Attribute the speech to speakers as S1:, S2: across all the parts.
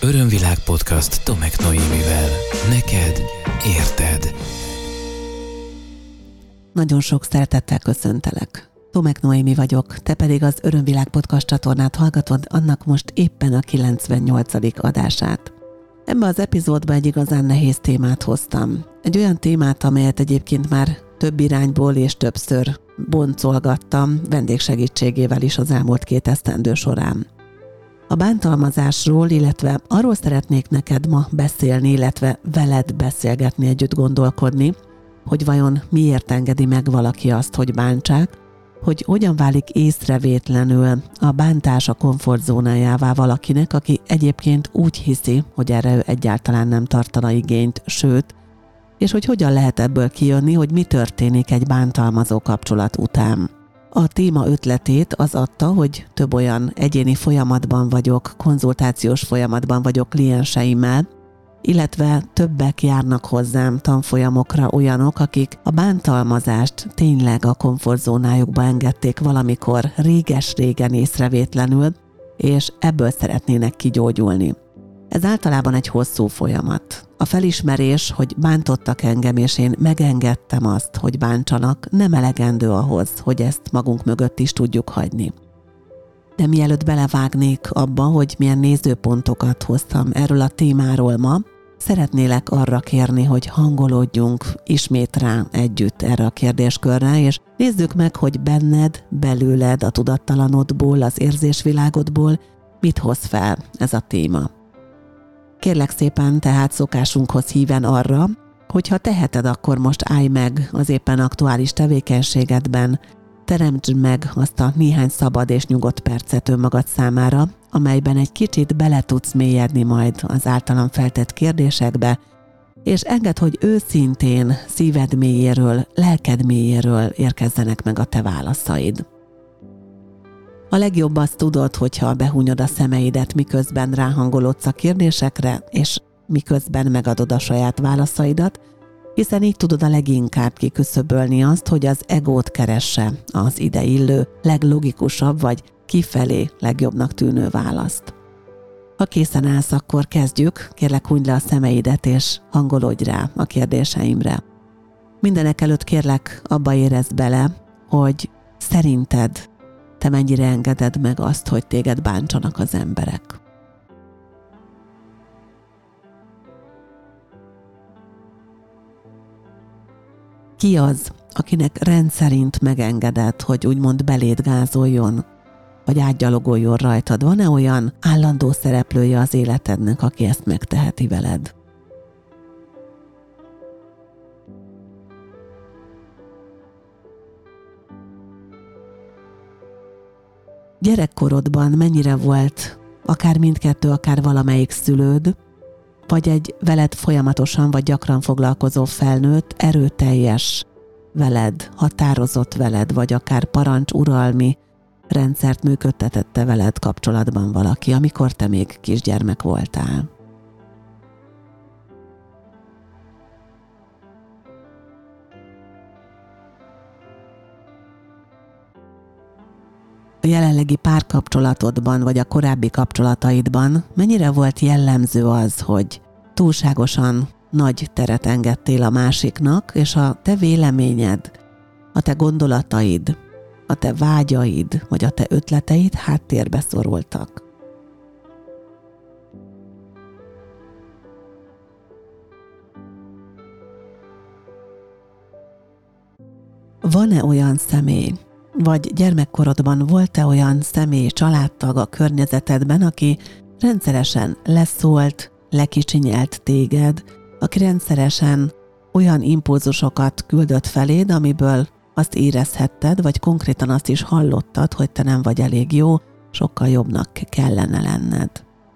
S1: Örömvilág podcast Tomek Noémivel. Neked érted.
S2: Nagyon sok szeretettel köszöntelek. Tomek Noémi vagyok, te pedig az Örömvilág podcast csatornát hallgatod, annak most éppen a 98. adását. Ebben az epizódban egy igazán nehéz témát hoztam. Egy olyan témát, amelyet egyébként már több irányból és többször boncolgattam, vendégsegítségével is az elmúlt 2 esztendő során. A bántalmazásról, illetve arról szeretnék neked ma beszélni, illetve veled beszélgetni, együtt gondolkodni, hogy vajon miért engedi meg valaki azt, hogy bántsák, hogy hogyan válik észrevétlenül a bántás a komfortzónájává valakinek, aki egyébként úgy hiszi, hogy erre ő egyáltalán nem tartana igényt, sőt, és hogy hogyan lehet ebből kijönni, hogy mi történik egy bántalmazó kapcsolat után. A téma ötletét az adta, hogy több olyan egyéni folyamatban vagyok, konzultációs folyamatban vagyok klienseimmel, illetve többek járnak hozzám tanfolyamokra olyanok, akik a bántalmazást tényleg a komfortzónájukba engedték valamikor réges-régen észrevétlenül, és ebből szeretnének kigyógyulni. Ez általában egy hosszú folyamat. A felismerés, hogy bántottak engem, és én megengedtem azt, hogy bántsanak, nem elegendő ahhoz, hogy ezt magunk mögött is tudjuk hagyni. De mielőtt belevágnék abba, hogy milyen nézőpontokat hoztam erről a témáról ma, szeretnélek arra kérni, hogy hangolódjunk ismét rá együtt erre a kérdéskörre, és nézzük meg, hogy benned, belőled, a tudattalanodból, az érzésvilágodból mit hoz fel ez a téma. Kérlek szépen tehát szokásunkhoz híven arra, hogy ha teheted, akkor most állj meg az éppen aktuális tevékenységedben, teremtsd meg azt a néhány szabad és nyugodt percet önmagad számára, amelyben egy kicsit bele tudsz mélyedni majd az általam feltett kérdésekbe, és engedd, hogy őszintén szíved mélyéről, lelked mélyéről érkezzenek meg a te válaszaid. A legjobb azt tudod, hogyha behúnyod a szemeidet, miközben ráhangolódsz a kérdésekre, és miközben megadod a saját válaszaidat, hiszen így tudod a leginkább kiküszöbölni azt, hogy az egót keresse az ideillő, leglogikusabb vagy kifelé legjobbnak tűnő választ. Ha készen állsz, akkor kezdjük, kérlek hunyd le a szemeidet és hangolódj rá a kérdéseimre. Mindenek előtt kérlek abba érezd bele, hogy szerinted te mennyire engeded meg azt, hogy téged bántsanak az emberek. Ki az, akinek rendszerint megengeded, hogy úgymond beléd gázoljon, vagy átgyalogoljon rajtad? Van-e olyan állandó szereplője az életednek, aki ezt megteheti veled? Gyerekkorodban mennyire volt akár mindkettő, akár valamelyik szülőd, vagy egy veled folyamatosan vagy gyakran foglalkozó felnőtt, erőteljes veled, határozott veled, vagy akár parancsuralmi rendszert működtetette veled kapcsolatban valaki, amikor te még kisgyermek voltál? A jelenlegi párkapcsolatodban, vagy a korábbi kapcsolataidban mennyire volt jellemző az, hogy túlságosan nagy teret engedtél a másiknak, és a te véleményed, a te gondolataid, a te vágyaid, vagy a te ötleteid háttérbe szorultak? Van-e olyan személy, vagy gyermekkorodban volt-e olyan személy, családtag a környezetedben, aki rendszeresen leszólt, lekicsinyelt téged, aki rendszeresen olyan impulzusokat küldött feléd, amiből azt érezhetted, vagy konkrétan azt is hallottad, hogy te nem vagy elég jó, sokkal jobbnak kellene lenned.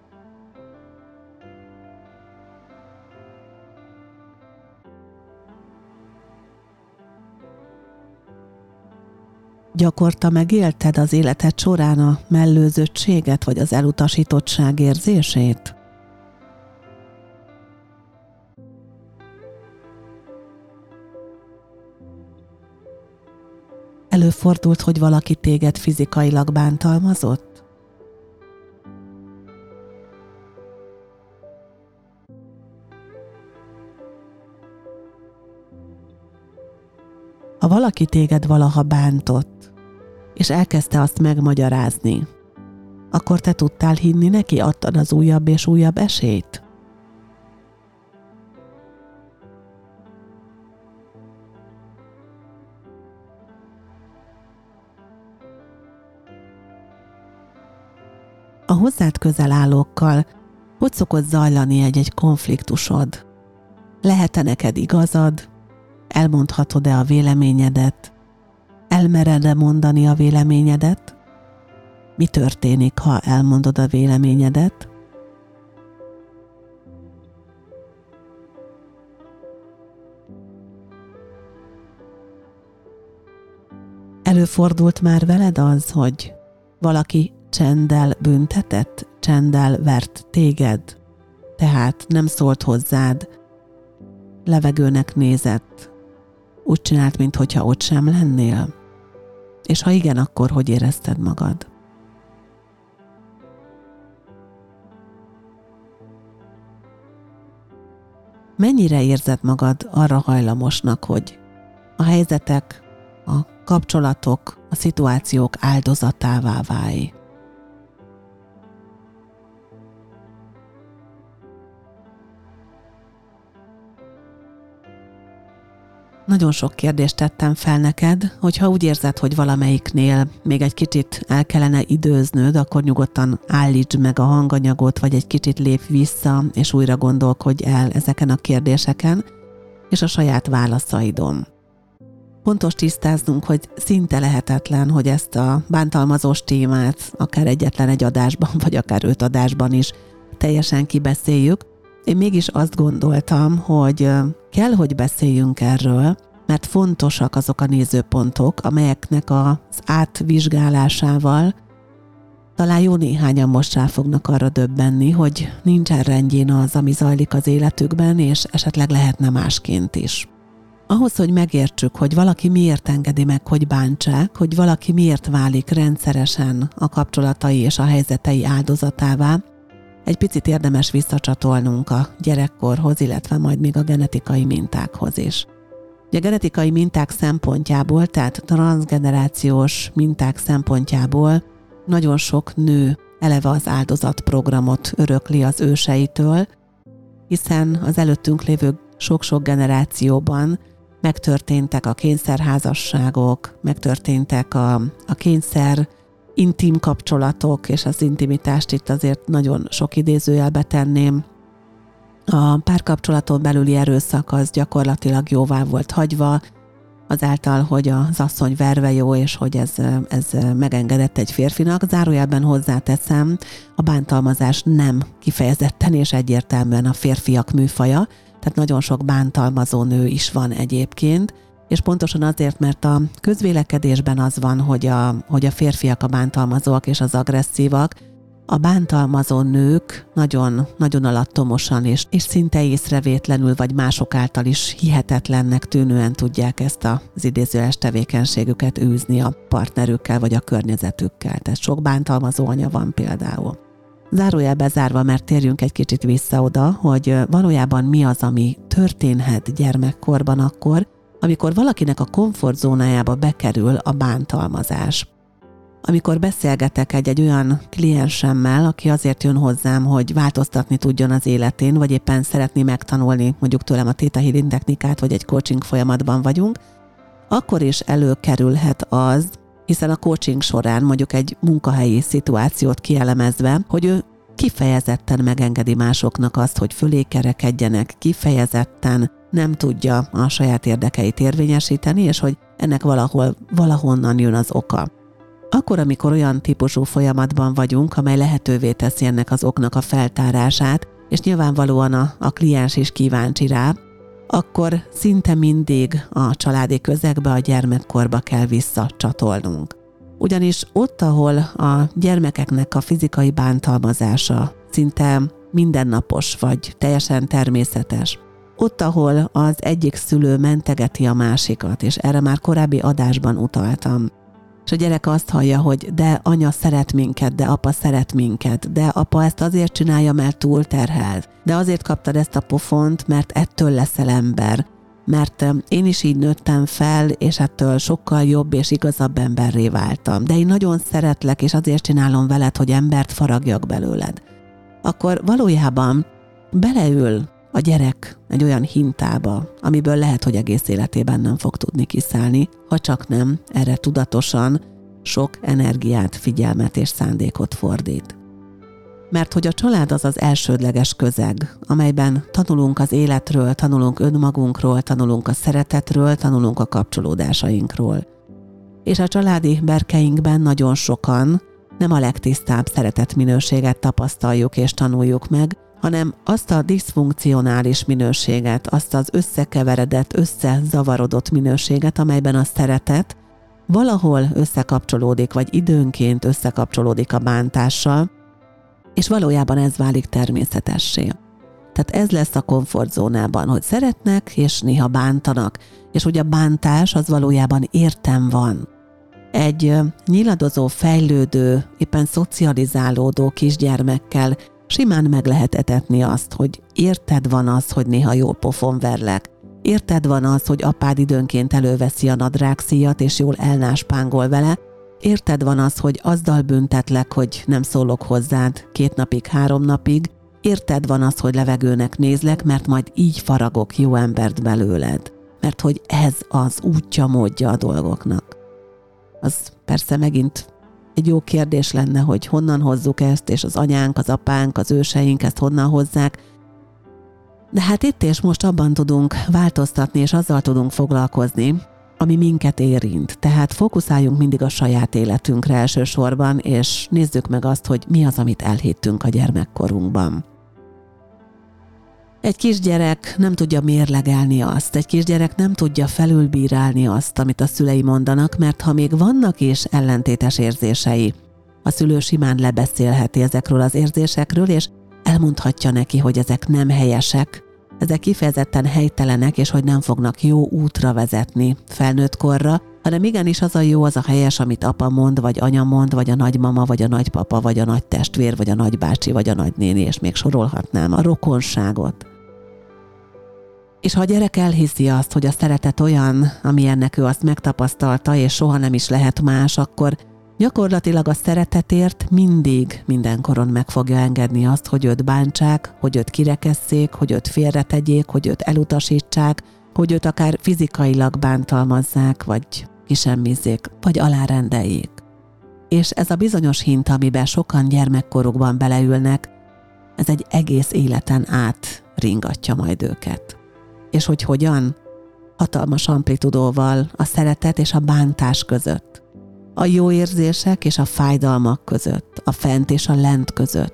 S2: Gyakorta megélted az életed során a mellőzöttséget, vagy az elutasítottság érzését? Előfordult, hogy valaki téged fizikailag bántalmazott? Ha valaki téged valaha bántott, és elkezdte azt megmagyarázni, akkor te tudtál hinni neki, adtad az újabb és újabb esélyt? A hozzád közel állókkal hogy szokott zajlani egy konfliktusod? Lehet-e neked igazad? Elmondhatod-e a véleményedet? Elmered-e mondani a véleményedet? Mi történik, ha elmondod a véleményedet? Előfordult már veled az, hogy valaki csenddel büntetett, csenddel vert téged, tehát nem szólt hozzád, levegőnek nézett, úgy csinált, minthogyha ott sem lennél? És ha igen, akkor hogy érezted magad? Mennyire érzed magad arra hajlamosnak, hogy a helyzetek, a kapcsolatok, a szituációk áldozatává válj? Nagyon sok kérdést tettem fel neked, hogyha úgy érzed, hogy valamelyiknél még egy kicsit el kellene időznöd, akkor nyugodtan állítsd meg a hanganyagot, vagy egy kicsit lépj vissza, és újra gondolkodj el ezeken a kérdéseken, és a saját válaszaidon. Fontos tisztáznunk, hogy szinte lehetetlen, hogy ezt a bántalmazós témát akár egyetlen egy adásban, vagy akár 5 adásban is teljesen kibeszéljük. Én mégis azt gondoltam, hogy kell, hogy beszéljünk erről, mert fontosak azok a nézőpontok, amelyeknek az átvizsgálásával talán jó néhányan most rá fognak arra döbbenni, hogy nincsen rendjén az, ami zajlik az életükben, és esetleg lehetne másként is. Ahhoz, hogy megértsük, hogy valaki miért engedi meg, hogy bántsák, hogy valaki miért válik rendszeresen a kapcsolatai és a helyzetei áldozatává, egy picit érdemes visszacsatolnunk a gyerekkorhoz, illetve majd még a genetikai mintákhoz is. A genetikai minták szempontjából, tehát transzgenerációs minták szempontjából nagyon sok nő eleve az áldozatprogramot örökli az őseitől, hiszen az előttünk lévő sok-sok generációban megtörténtek a kényszerházasságok, megtörténtek a kényszer intim kapcsolatok, és az intimitást itt azért nagyon sok idézőjelbe tenném. A párkapcsolaton belüli erőszak az gyakorlatilag jóvá volt hagyva, azáltal, hogy az asszony verve jó, és hogy ez megengedett egy férfinak. Zárójelben hozzáteszem, a bántalmazás nem kifejezetten és egyértelműen a férfiak műfaja, tehát nagyon sok bántalmazó nő is van egyébként, és pontosan azért, mert a közvélekedésben az van, hogy a férfiak a bántalmazóak és az agresszívak, a bántalmazó nők nagyon, nagyon alattomosan és szinte észrevétlenül vagy mások által is hihetetlennek tűnően tudják ezt az idézőjeles tevékenységüket űzni a partnerükkel vagy a környezetükkel. Tehát sok bántalmazó anya van például. Zárójelbe zárva, mert térjünk egy kicsit vissza oda, hogy valójában mi az, ami történhet gyermekkorban akkor, amikor valakinek a komfortzónájába bekerül a bántalmazás. Amikor beszélgetek egy olyan kliensemmel, aki azért jön hozzám, hogy változtatni tudjon az életén, vagy éppen szeretné megtanulni mondjuk tőlem a Theta Healing technikát, vagy egy coaching folyamatban vagyunk, akkor is előkerülhet az, hiszen a coaching során mondjuk egy munkahelyi szituációt kielemezve, hogy ő kifejezetten megengedi másoknak azt, hogy fölé kerekedjenek, kifejezetten nem tudja a saját érdekeit érvényesíteni, és hogy ennek valahonnan jön az oka. Akkor, amikor olyan típusú folyamatban vagyunk, amely lehetővé teszi ennek az oknak a feltárását, és nyilvánvalóan a kliens is kíváncsi rá, akkor szinte mindig a családi közegbe, a gyermekkorba kell visszacsatolnunk. Ugyanis ott, ahol a gyermekeknek a fizikai bántalmazása szinte mindennapos vagy teljesen természetes, ott, ahol az egyik szülő mentegeti a másikat, és erre már korábbi adásban utaltam, és a gyerek azt hallja, hogy de anya szeret minket, de apa szeret minket, de apa ezt azért csinálja, mert túlterhelt, de azért kaptad ezt a pofont, mert ettől leszel ember, mert én is így nőttem fel, és ettől sokkal jobb és igazabb emberré váltam. De én nagyon szeretlek, és azért csinálom veled, hogy embert faragjak belőled. Akkor valójában beleül a gyerek egy olyan hintába, amiből lehet, hogy egész életében nem fog tudni kiszállni, ha csak nem erre tudatosan sok energiát, figyelmet és szándékot fordít. Mert hogy a család az az elsődleges közeg, amelyben tanulunk az életről, tanulunk önmagunkról, tanulunk a szeretetről, tanulunk a kapcsolódásainkról. És a családi berkeinkben nagyon sokan nem a legtisztább szeretetminőséget tapasztaljuk és tanuljuk meg, hanem azt a diszfunkcionális minőséget, azt az összekeveredett, összezavarodott minőséget, amelyben a szeretet valahol összekapcsolódik, vagy időnként összekapcsolódik a bántással, és valójában ez válik természetessé. Tehát ez lesz a komfortzónában, hogy szeretnek, és néha bántanak, és ugye a bántás az valójában értem van. Egy nyiladozó, fejlődő, éppen szocializálódó kisgyermekkel simán meg lehet etetni azt, hogy érted van az, hogy néha jól pofonverlek. Érted van az, hogy apád időnként előveszi a nadrágszíjat, és jól elnáspángol vele. Érted van az, hogy azzal büntetlek, hogy nem szólok hozzád 2 napig, 3 napig. Érted van az, hogy levegőnek nézlek, mert majd így faragok jó embert belőled. Mert hogy ez az útja, módja a dolgoknak. Az persze megint egy jó kérdés lenne, hogy honnan hozzuk ezt, és az anyánk, az apánk, az őseink ezt honnan hozzák. De hát itt és most abban tudunk változtatni, és azzal tudunk foglalkozni, ami minket érint. Tehát fókuszáljunk mindig a saját életünkre elsősorban, és nézzük meg azt, hogy mi az, amit elhittünk a gyermekkorunkban. Egy kisgyerek nem tudja mérlegelni azt, egy kisgyerek nem tudja felülbírálni azt, amit a szülei mondanak, mert ha még vannak is ellentétes érzései, a szülő simán lebeszélheti ezekről az érzésekről, és elmondhatja neki, hogy ezek nem helyesek, ezek kifejezetten helytelenek, és hogy nem fognak jó útra vezetni felnőtt korra, hanem igenis az a jó, az a helyes, amit apa mond, vagy anya mond, vagy a nagymama, vagy a nagypapa, vagy a nagy testvér, vagy a nagybácsi, vagy a nagynéni, és még sorolhatnám a rokonságot. És ha a gyerek elhiszi azt, hogy a szeretet olyan, amilyennek ő azt megtapasztalta, és soha nem is lehet más, akkor gyakorlatilag a szeretetért mindig, mindenkoron meg fogja engedni azt, hogy őt bántsák, hogy őt kirekesszék, hogy őt félretegyék, hogy őt elutasítsák, hogy őt akár fizikailag bántalmazzák, vagy kisemmizzék, vagy alárendeljék. És ez a bizonyos hinta, amiben sokan gyermekkorukban beleülnek, ez egy egész életen át ringatja majd őket. És hogy hogyan? Hatalmas amplitudóval a szeretet és a bántás között. A jó érzések és a fájdalmak között, a fent és a lent között.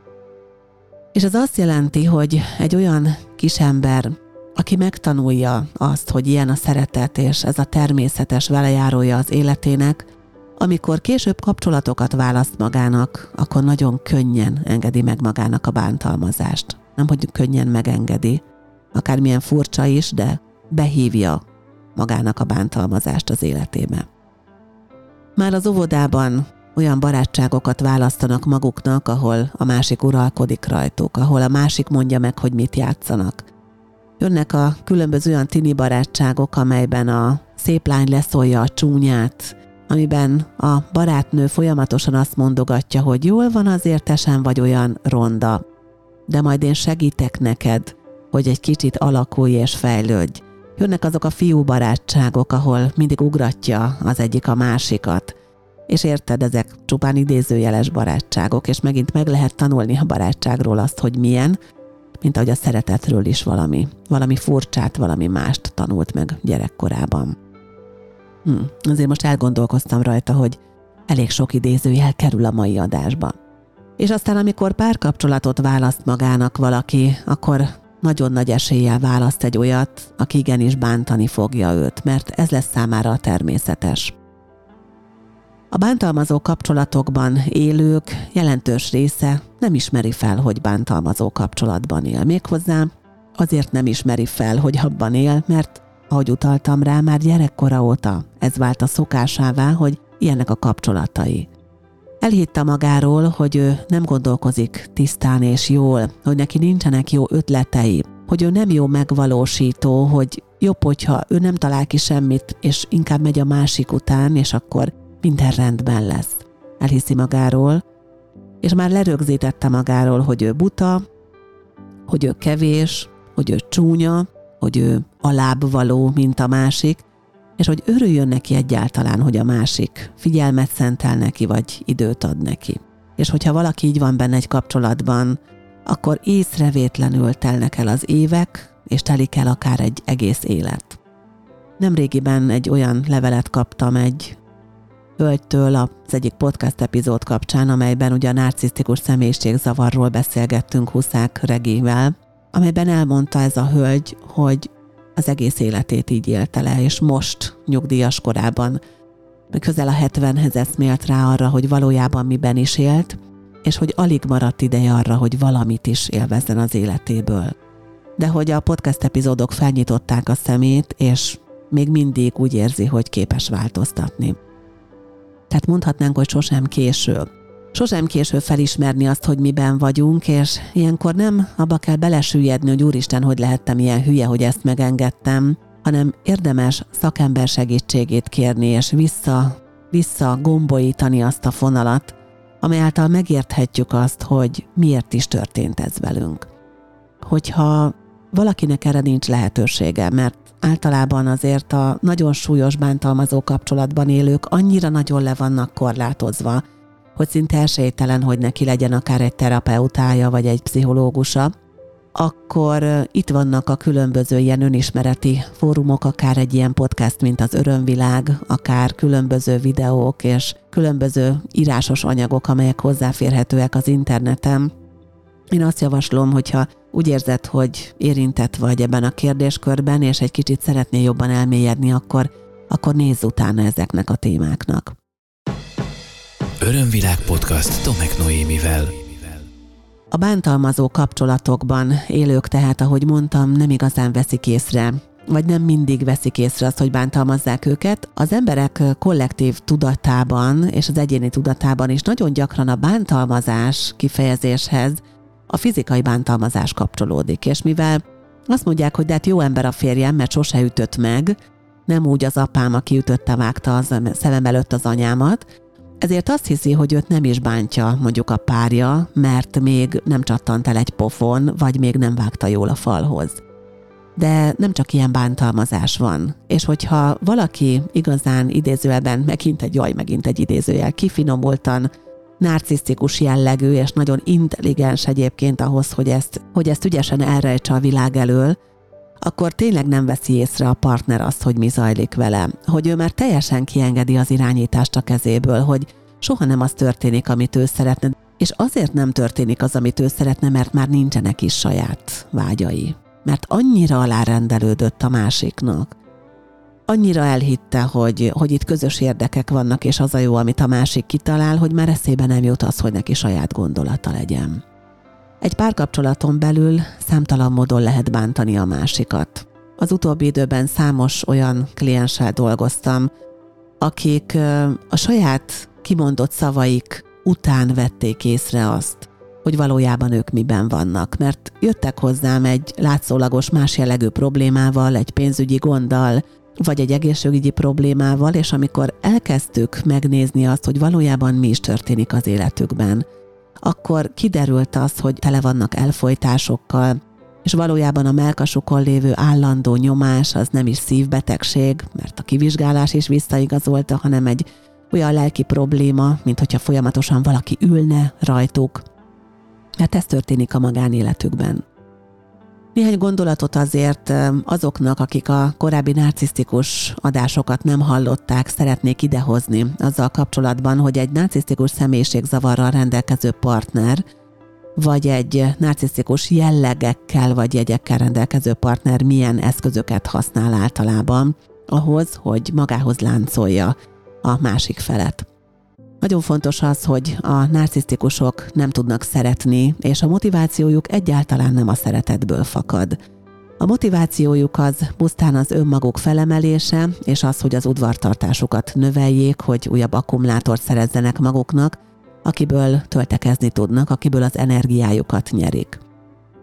S2: És ez azt jelenti, hogy egy olyan kisember, aki megtanulja azt, hogy ilyen a szeretet, és ez a természetes velejárója az életének, amikor később kapcsolatokat választ magának, akkor nagyon könnyen engedi meg magának a bántalmazást. Nem, hogy könnyen megengedi, akármilyen furcsa is, de behívja magának a bántalmazást az életébe. Már az óvodában olyan barátságokat választanak maguknak, ahol a másik uralkodik rajtuk, ahol a másik mondja meg, hogy mit játszanak. Jönnek a különböző olyan tini barátságok, amelyben a szép lány leszólja a csúnyát, amiben a barátnő folyamatosan azt mondogatja, hogy jól van, azért te sem vagy olyan ronda, de majd én segítek neked, hogy egy kicsit alakulj és fejlődj. Jönnek azok a fiú barátságok, ahol mindig ugratja az egyik a másikat. És érted, ezek csupán idézőjeles barátságok, és megint meg lehet tanulni a barátságról azt, hogy milyen, mint ahogy a szeretetről is valami furcsát, valami mást tanult meg gyerekkorában. Azért most elgondolkoztam rajta, hogy elég sok idézőjel kerül a mai adásba. És aztán, amikor párkapcsolatot választ magának valaki, akkor nagyon nagy eséllyel választ egy olyat, aki igenis bántani fogja őt, mert ez lesz számára a természetes. A bántalmazó kapcsolatokban élők jelentős része nem ismeri fel, hogy bántalmazó kapcsolatban él. Méghozzá azért nem ismeri fel, hogy abban él, mert ahogy utaltam rá, már gyerekkora óta ez vált a szokásává, hogy ilyenek a kapcsolatai. Elhitte magáról, hogy ő nem gondolkozik tisztán és jól, hogy neki nincsenek jó ötletei, hogy ő nem jó megvalósító, hogy jobb, hogyha ő nem talál ki semmit, és inkább megy a másik után, és akkor minden rendben lesz. Elhiszi magáról, és már lerögzítette magáról, hogy ő buta, hogy ő kevés, hogy ő csúnya, hogy ő alábbvaló, mint a másik, és hogy örüljön neki egyáltalán, hogy a másik figyelmet szentel neki, vagy időt ad neki. És hogyha valaki így van benne egy kapcsolatban, akkor észrevétlenül telnek el az évek, és telik el akár egy egész élet. Nemrégiben egy olyan levelet kaptam egy hölgytől az egyik podcast epizód kapcsán, amelyben ugye a narcisztikus személyiségzavarról beszélgettünk Huszák Regivel, amelyben elmondta ez a hölgy, hogy az egész életét így élte le, és most nyugdíjas korában közel a 70-hez eszmélt rá arra, hogy valójában miben is élt, és hogy alig maradt ideje arra, hogy valamit is élvezzen az életéből. De hogy a podcast epizódok felnyitották a szemét, és még mindig úgy érzi, hogy képes változtatni. Tehát mondhatnánk, hogy sosem késő. Sosem késő felismerni azt, hogy miben vagyunk, és ilyenkor nem abba kell belesüllyedni, hogy úristen, hogy lehettem ilyen hülye, hogy ezt megengedtem, hanem érdemes szakember segítségét kérni, és vissza gombolítani azt a fonalat, amely által megérthetjük azt, hogy miért is történt ez velünk. Hogyha valakinek erre nincs lehetősége, mert általában azért a nagyon súlyos bántalmazó kapcsolatban élők annyira nagyon le vannak korlátozva, hogy szinte esélytelen, hogy neki legyen akár egy terapeutája vagy egy pszichológusa, akkor itt vannak a különböző ilyen önismereti fórumok, akár egy ilyen podcast, mint az Örömvilág, akár különböző videók és különböző írásos anyagok, amelyek hozzáférhetőek az interneten. Én azt javaslom, hogyha úgy érzed, hogy érintett vagy ebben a kérdéskörben, és egy kicsit szeretnél jobban elmélyedni, akkor nézz utána ezeknek a témáknak.
S1: Örömvilág podcast Tomek Noémivel.
S2: A bántalmazó kapcsolatokban élők tehát, ahogy mondtam, nem igazán veszik észre, vagy nem mindig veszik észre azt, hogy bántalmazzák őket. Az emberek kollektív tudatában és az egyéni tudatában is nagyon gyakran a bántalmazás kifejezéshez a fizikai bántalmazás kapcsolódik, és mivel azt mondják, hogy de hát jó ember a férjem, mert sose ütött meg, nem úgy az apám, aki ütötte, vágta az szemem előtt az anyámat, ezért azt hiszi, hogy őt nem is bántja mondjuk a párja, mert még nem csattant el egy pofon, vagy még nem vágta jól a falhoz. De nem csak ilyen bántalmazás van. És hogyha valaki igazán idézőjelben, megint egy idézőjel, kifinomultan, narcisztikus jellegű, és nagyon intelligens egyébként ahhoz, hogy ezt ügyesen elrejtse a világ elől, akkor tényleg nem veszi észre a partner azt, hogy mi zajlik vele. Hogy ő már teljesen kiengedi az irányítást a kezéből, hogy soha nem az történik, amit ő szeretne, és azért nem történik az, amit ő szeretne, mert már nincsenek is saját vágyai. Mert annyira alárendelődött a másiknak. Annyira elhitte, hogy itt közös érdekek vannak, és az a jó, amit a másik kitalál, hogy már eszébe nem jut az, hogy neki saját gondolata legyen. Egy párkapcsolaton belül számtalan módon lehet bántani a másikat. Az utóbbi időben számos olyan klienssel dolgoztam, akik a saját kimondott szavaik után vették észre azt, hogy valójában ők miben vannak, mert jöttek hozzám egy látszólagos más jellegű problémával, egy pénzügyi gonddal, vagy egy egészségügyi problémával, és amikor elkezdtük megnézni azt, hogy valójában mi is történik az életükben, akkor kiderült az, hogy tele vannak elfojtásokkal, és valójában a mellkasukon lévő állandó nyomás az nem is szívbetegség, mert a kivizsgálás is visszaigazolta, hanem egy olyan lelki probléma, mint hogyha folyamatosan valaki ülne rajtuk. Mert ez történik a magánéletükben. Néhány gondolatot azért azoknak, akik a korábbi narcisztikus adásokat nem hallották, szeretnék idehozni azzal kapcsolatban, hogy egy narcisztikus személyiségzavarral rendelkező partner, vagy egy narcisztikus jellegekkel vagy jegyekkel rendelkező partner milyen eszközöket használ általában ahhoz, hogy magához láncolja a másik felet. Nagyon fontos az, hogy a narcisztikusok nem tudnak szeretni, és a motivációjuk egyáltalán nem a szeretetből fakad. A motivációjuk az pusztán az önmaguk felemelése, és az, hogy az udvartartásukat növeljék, hogy újabb akkumulátort szerezzenek maguknak, akiből töltekezni tudnak, akiből az energiájukat nyerik.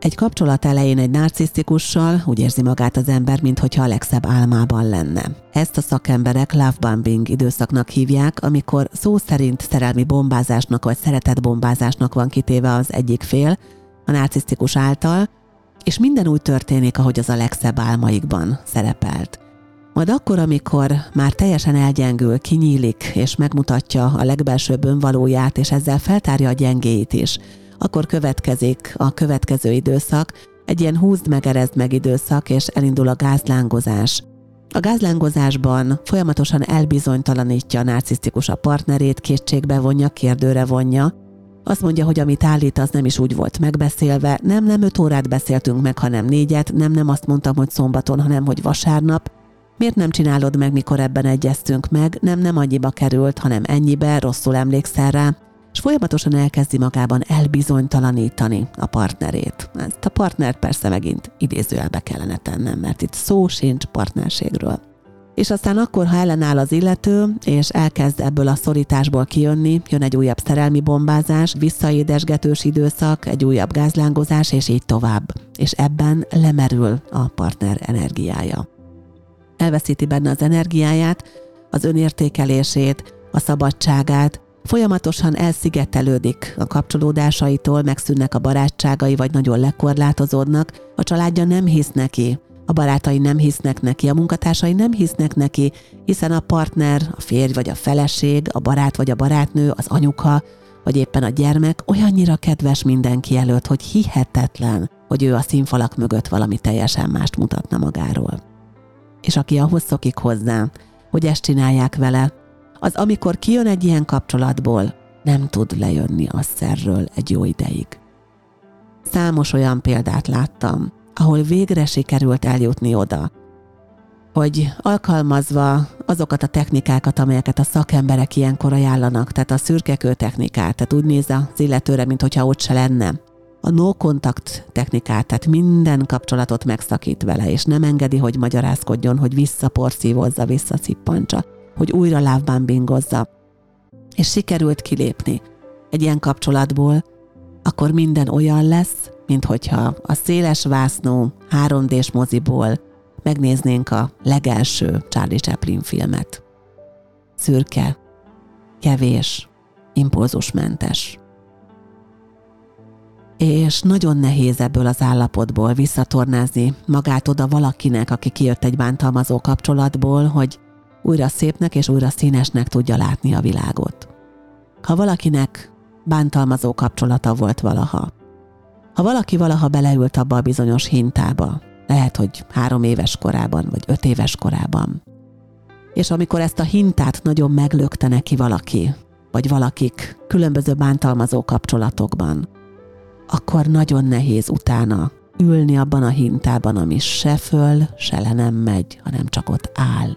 S2: Egy kapcsolat elején egy narcisztikussal úgy érzi magát az ember, minthogyha a legszebb álmában lenne. Ezt a szakemberek love bombing időszaknak hívják, amikor szó szerint szerelmi bombázásnak vagy szeretetbombázásnak van kitéve az egyik fél, a narcisztikus által, és minden úgy történik, ahogy az a legszebb álmaikban szerepelt. Majd akkor, amikor már teljesen elgyengül, kinyílik és megmutatja a legbelsőbb önvalóját, és ezzel feltárja a gyengéit is, akkor következik a következő időszak, egy ilyen húzd meg, erezd meg időszak, és elindul a gázlángozás. A gázlángozásban folyamatosan elbizonytalanítja a narcisztikus a partnerét, kétségbe vonja, kérdőre vonja. Azt mondja, hogy amit állít, az nem is úgy volt megbeszélve, nem 5 órát beszéltünk meg, hanem 4-et, nem azt mondtam, hogy szombaton, hanem hogy vasárnap. Miért nem csinálod meg, mikor ebben egyeztünk meg, nem annyiba került, hanem ennyibe, rosszul emlékszel rá, és folyamatosan elkezdi magában elbizonytalanítani a partnerét. Ezt a partnert persze megint idézőjelbe kellene tennem, mert itt szó sincs partnerségről. És aztán akkor, ha ellenáll az illető, és elkezd ebből a szorításból kijönni, jön egy újabb szerelmi bombázás, visszaédesgetős időszak, egy újabb gázlángozás, és így tovább. És ebben lemerül a partner energiája. Elveszíti benne az energiáját, az önértékelését, a szabadságát, folyamatosan elszigetelődik a kapcsolódásaitól, megszűnnek a barátságai, vagy nagyon lekorlátozódnak, a családja nem hisz neki, a barátai nem hisznek neki, a munkatársai nem hisznek neki, hiszen a partner, a férj vagy a feleség, a barát vagy a barátnő, az anyuka, vagy éppen a gyermek olyannyira kedves mindenki előtt, hogy hihetetlen, hogy ő a színfalak mögött valami teljesen mást mutatna magáról. És aki ahhoz szokik hozzá, hogy ezt csinálják vele, az amikor kijön egy ilyen kapcsolatból, nem tud lejönni a szerről egy jó ideig. Számos olyan példát láttam, ahol végre sikerült eljutni oda, hogy alkalmazva azokat a technikákat, amelyeket a szakemberek ilyenkor ajánlanak, tehát a szürkekő technikát, tehát úgy néz az illetőre, mintha ott se lenne, a no contact technikát, tehát minden kapcsolatot megszakít vele, és nem engedi, hogy magyarázkodjon, hogy visszaporszívozza, visszacippantsa, hogy újra love-bombingozza, és sikerült kilépni egy ilyen kapcsolatból, akkor minden olyan lesz, minthogyha a széles vásznú 3D-s moziból megnéznénk a legelső Charlie Chaplin filmet. Szürke, kevés, impulzusmentes. És nagyon nehéz ebből az állapotból visszatornázni magát oda valakinek, aki kijött egy bántalmazó kapcsolatból, hogy újra szépnek és újra színesnek tudja látni a világot. Ha valakinek bántalmazó kapcsolata volt valaha, ha valaki valaha beleült abba a bizonyos hintába, lehet, hogy 3 éves korában, vagy 5 éves korában, és amikor ezt a hintát nagyon meglökte neki valaki, vagy valakik különböző bántalmazó kapcsolatokban, akkor nagyon nehéz utána ülni abban a hintában, ami se föl, se le nem megy, hanem csak ott áll.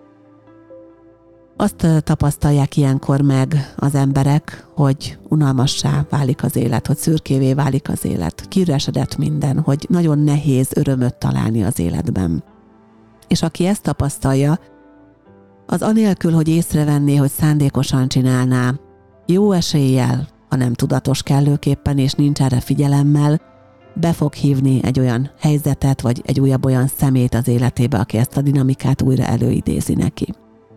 S2: Azt tapasztalják ilyenkor meg az emberek, hogy unalmassá válik az élet, hogy szürkévé válik az élet, kiüresedett minden, hogy nagyon nehéz örömöt találni az életben. És aki ezt tapasztalja, az anélkül, hogy észrevenné, hogy szándékosan csinálná, jó eséllyel, ha nem tudatos kellőképpen és nincs erre figyelemmel, be fog hívni egy olyan helyzetet, vagy egy újabb olyan szemét az életébe, aki ezt a dinamikát újra előidézi neki.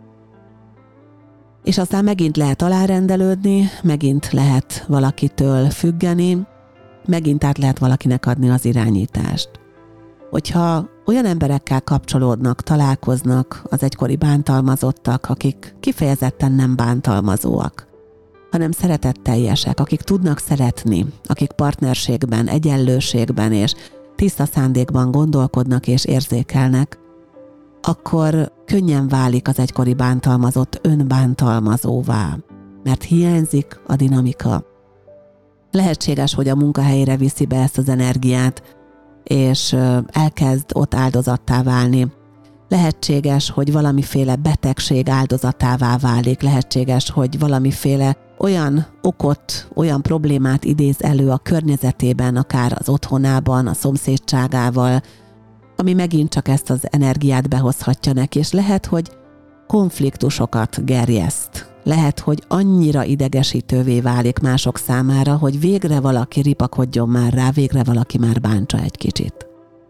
S2: És aztán megint lehet alárendelődni, megint lehet valakitől függeni, megint át lehet valakinek adni az irányítást. Hogyha olyan emberekkel kapcsolódnak, találkoznak az egykori bántalmazottak, akik kifejezetten nem bántalmazóak, hanem szeretetteljesek, akik tudnak szeretni, akik partnerségben, egyenlőségben és tiszta szándékban gondolkodnak és érzékelnek, akkor könnyen válik az egykori bántalmazott önbántalmazóvá, mert hiányzik a dinamika. Lehetséges, hogy a munkahelyére viszi be ezt az energiát, és elkezd ott áldozattá válni. Lehetséges, hogy valamiféle betegség áldozatává válik, lehetséges, hogy valamiféle olyan okot, olyan problémát idéz elő a környezetében, akár az otthonában, a szomszédságával, ami megint csak ezt az energiát behozhatja neki, és lehet, hogy konfliktusokat gerjeszt lehet, hogy annyira idegesítővé válik mások számára, hogy végre valaki ripakodjon már rá, végre valaki már bántsa egy kicsit.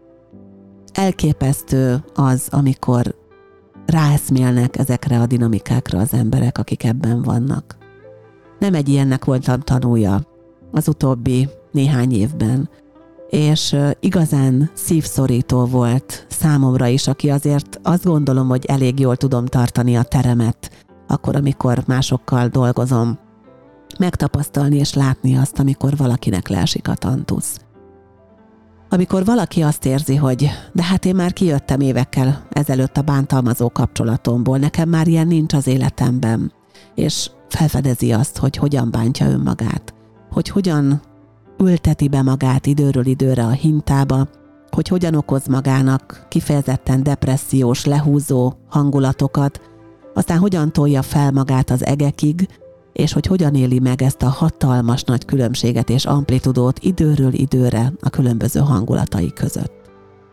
S2: Elképesztő az, amikor ráeszmélnek ezekre a dinamikákra az emberek, akik ebben vannak. Nem egy ilyennek voltam tanúja az utóbbi néhány évben, és igazán szívszorító volt számomra is, aki azért azt gondolom, hogy elég jól tudom tartani a teremet, akkor, amikor másokkal dolgozom, megtapasztalni és látni azt, amikor valakinek leesik a tantusz. Amikor valaki azt érzi, hogy de hát én már kijöttem évekkel ezelőtt a bántalmazó kapcsolatomból, nekem már ilyen nincs az életemben, és felfedezi azt, hogy hogyan bántja önmagát, hogy hogyan ülteti be magát időről időre a hintába, hogy hogyan okoz magának kifejezetten depressziós, lehúzó hangulatokat, aztán hogyan tolja fel magát az egekig, és hogy hogyan éli meg ezt a hatalmas nagy különbséget és amplitudót időről időre a különböző hangulatai között.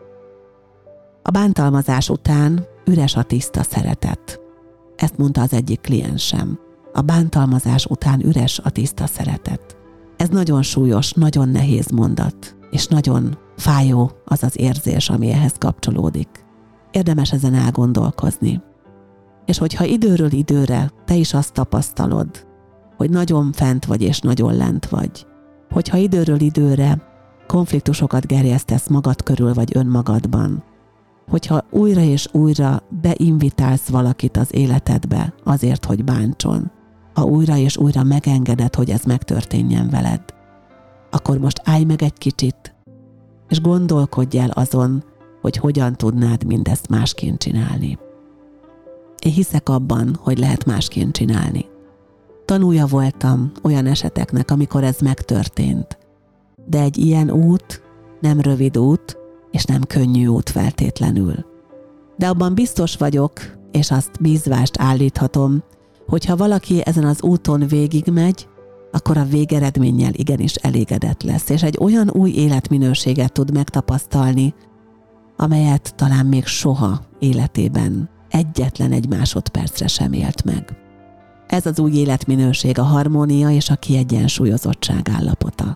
S2: A bántalmazás után üres a tiszta szeretet. Ezt mondta az egyik kliensem. A bántalmazás után üres a tiszta szeretet. Ez nagyon súlyos, nagyon nehéz mondat, és nagyon fájó az az érzés, ami ehhez kapcsolódik. Érdemes ezen elgondolkozni. És hogyha időről időre te is azt tapasztalod, hogy nagyon fent vagy és nagyon lent vagy, hogyha időről időre konfliktusokat gerjesztesz magad körül vagy önmagadban, hogyha újra és újra beinvitálsz valakit az életedbe azért, hogy bántson, ha újra és újra megengeded, hogy ez megtörténjen veled, akkor most állj meg egy kicsit, és gondolkodj el azon, hogy hogyan tudnád mindezt másként csinálni. Én hiszek abban, hogy lehet másként csinálni. Tanúja voltam olyan eseteknek, amikor ez megtörtént. De egy ilyen út nem rövid út, és nem könnyű út feltétlenül. De abban biztos vagyok, és azt bízvást állíthatom, hogy ha valaki ezen az úton végigmegy, akkor a végeredménnyel igenis elégedett lesz, és egy olyan új életminőséget tud megtapasztalni, amelyet talán még soha életében egyetlen egy másodpercre sem élt meg. Ez az új életminőség, a harmónia és a kiegyensúlyozottság állapota.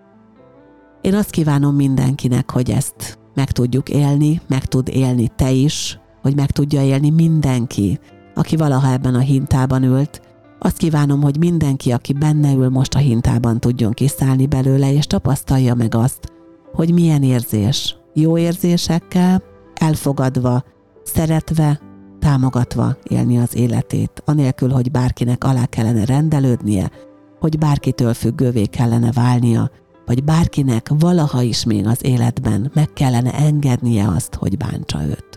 S2: Én azt kívánom mindenkinek, hogy ezt meg tudjuk élni, meg tud élni te is, hogy meg tudja élni mindenki, aki valaha ebben a hintában ült. Azt kívánom, hogy mindenki, aki benne ül most a hintában, tudjon kiszállni belőle, és tapasztalja meg azt, hogy milyen érzés, jó érzésekkel, elfogadva, szeretve, támogatva élni az életét, anélkül, hogy bárkinek alá kellene rendelődnie, hogy bárkitől függővé kellene válnia, vagy bárkinek valaha is még az életben meg kellene engednie azt, hogy bántsa őt.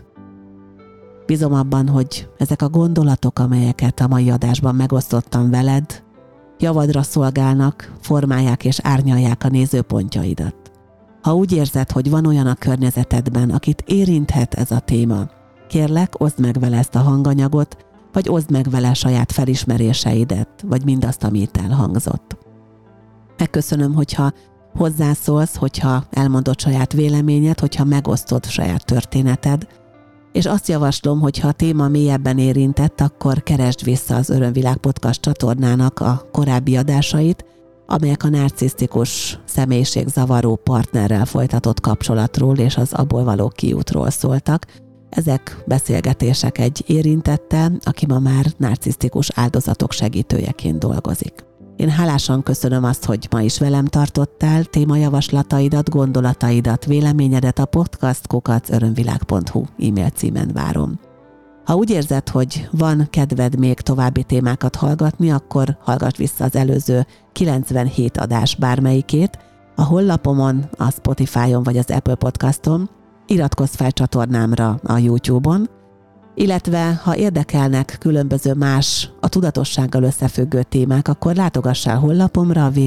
S2: Bízom abban, hogy ezek a gondolatok, amelyeket a mai adásban megosztottam veled, javadra szolgálnak, formálják és árnyalják a nézőpontjaidat. Ha úgy érzed, hogy van olyan a környezetedben, akit érinthet ez a téma, kérlek, oszd meg vele ezt a hanganyagot, vagy oszd meg vele saját felismeréseidet, vagy mindazt, ami itt elhangzott. Megköszönöm, hogyha hozzászólsz, hogyha elmondod saját véleményed, hogyha megosztod saját történeted, és azt javaslom, hogy ha a téma mélyebben érintett, akkor keresd vissza az Örömvilág podcast csatornának a korábbi adásait, amelyek a narcisztikus személyiségzavaró partnerrel folytatott kapcsolatról és az abból való kiútról szóltak. Ezek beszélgetések egy érintettel, aki ma már narcisztikus áldozatok segítőjeként dolgozik. Én hálásan köszönöm azt, hogy ma is velem tartottál, témajavaslataidat, gondolataidat, véleményedet a podcast@örömvilág.hu e-mail címen várom. Ha úgy érzed, hogy van kedved még további témákat hallgatni, akkor hallgass vissza az előző 97 adás bármelyikét, a honlapomon, a Spotify-on vagy az Apple Podcaston, iratkozz fel csatornámra a YouTube-on, illetve ha érdekelnek különböző más a tudatossággal összefüggő témák, akkor látogassál honlapomra a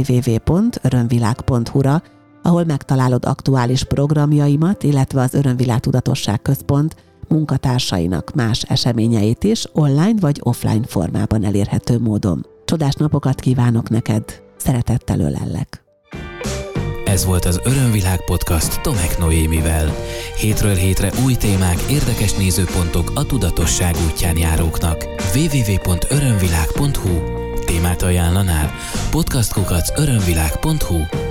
S2: www.örömvilág.hu-ra, ahol megtalálod aktuális programjaimat, illetve az Örömvilág Tudatosság Központ munkatársainak más eseményeit is online vagy offline formában elérhető módon. Csodás napokat kívánok neked, szeretettel ölellek!
S1: Ez volt az Örömvilág podcast Tomek Noémivel. Hétről hétre új témák, érdekes nézőpontok a tudatosság útján járóknak. www.örömvilág.hu. Témát ajánlanál? podcastkukac.örömvilág.hu.